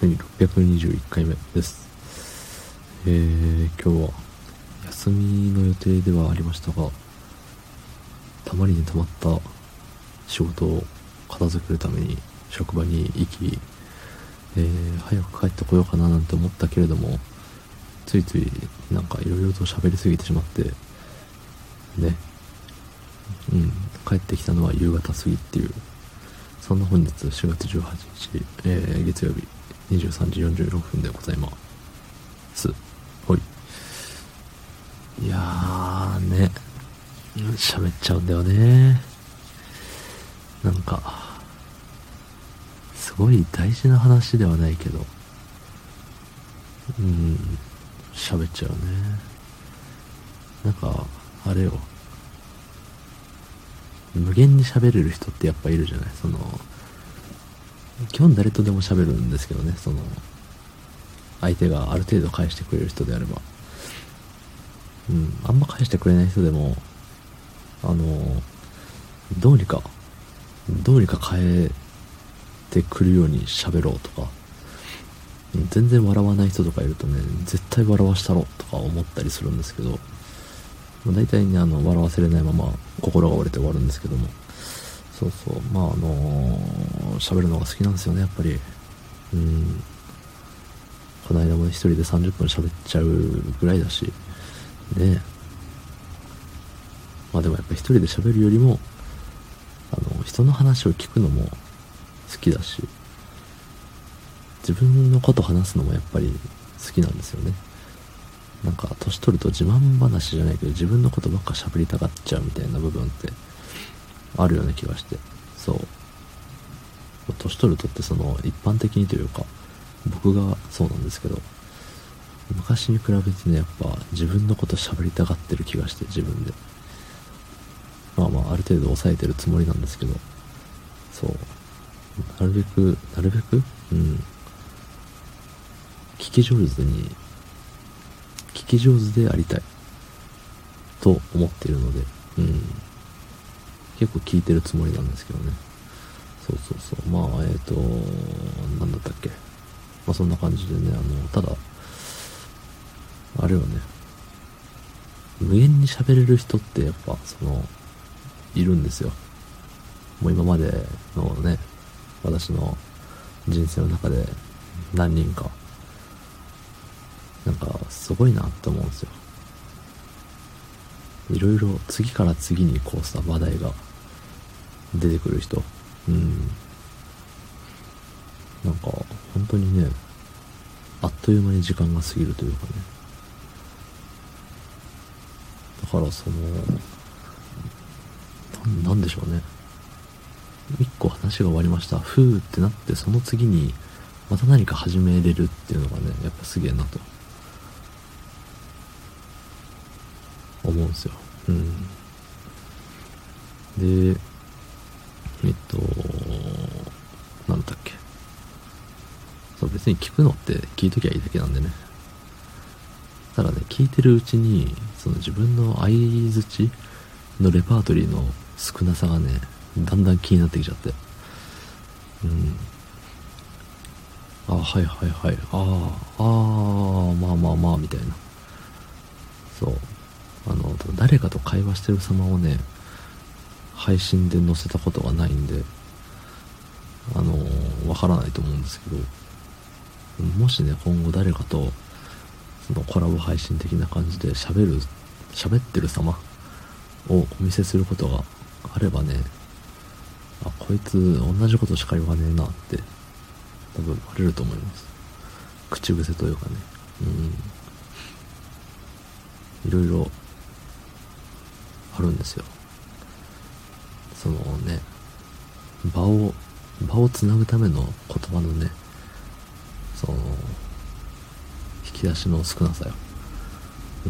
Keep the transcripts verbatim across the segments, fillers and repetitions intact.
はい、ろっぴゃくにじゅういっかいめです。えー、今日は休みの予定ではありましたが、たまりにたまった仕事を片付けるために職場に行き、えー、早く帰ってこようかななんて思ったけれども、ついついなんかいろいろと喋りすぎてしまってね、うん、帰ってきたのは夕方過ぎっていう、そんな本日しがつじゅうはちにち、えー、月曜日にじゅうさんじよんじゅうろっぷんでございます。ほい。いやーね、喋っちゃうんだよね。なんかすごい大事な話ではないけど、うん喋っちゃうね。なんかあれよ、無限に喋れる人ってやっぱいるじゃない。その基本誰とでも喋るんですけどね、その相手がある程度返してくれる人であれば、うん、あんま返してくれない人でも、あのどうにかどうにか変えてくるように喋ろうとか、全然笑わない人とかいるとね、絶対笑わしたろとか思ったりするんですけど、大体ね、あの笑わせれないまま心が折れて終わるんですけども、そうそう、まああの喋るのが好きなんですよね、やっぱり。うん、この間も一人でさんじゅっぷん喋っちゃうぐらいだしね。まあでもやっぱ一人で喋るよりも、あの人の話を聞くのも好きだし、自分のこと話すのもやっぱり好きなんですよね。なんか年取ると自慢話じゃないけど、自分のことばっか喋りたがっちゃうみたいな部分ってあるような気がして、そう年取るとって、その一般的にというか僕がそうなんですけど、昔に比べてね、やっぱ自分のこと喋りたがってる気がして、自分でまあまあある程度抑えてるつもりなんですけど、そうなるべくなるべくうん聞き上手に聞き上手でありたいと思っているので、うん、結構聞いてるつもりなんですけどね。そうそうそう、まあえっ、ー、となんだったっけ、まあそんな感じでね、あのただあれはね、無限に喋れる人ってやっぱそのいるんですよ。もう今までのね、私の人生の中で何人か、なんかすごいなって思うんですよ。いろいろ次から次にこうさ、話題が出てくる人、うん、なんか本当にね、あっという間に時間が過ぎるというかね。だからそのな、なんでしょうね、一個話が終わりました、ふーってなって、その次にまた何か始めれるっていうのがね、やっぱすげえなと思うんですよ。うん。で、えっと、なんだっけ。そう、別に聞くのって聞いときゃいいだけなんでね。ただね、聞いてるうちに、その自分の相槌のレパートリーの少なさがね、だんだん気になってきちゃって。うん。あ、はいはいはい。ああ、ああ、まあまあまあ、みたいな。そう。あの、誰かと会話してる様をね、配信で載せたことがないんで、あのー、わからないと思うんですけど、もしね、今後誰かとそのコラボ配信的な感じで喋る喋ってる様をお見せすることがあればね、あ、こいつ同じことしか言わねえなって多分バレると思います。口癖というかね、うん、いろいろあるんですよ。そのね、場を場をつなぐための言葉のね、その引き出しの少なさよ。うん、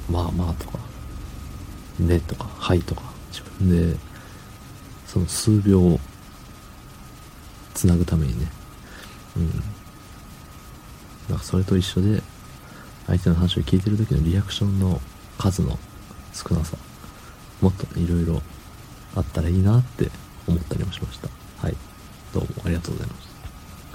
まあまあとかねとかはいとか、自分でその数秒をつなぐためにね、うん、なんかそれと一緒で、相手の話を聞いてる時のリアクションの数の少なさ、もっといろいろあったらいいなって思ったりもしました。はい、どうもありがとうございました。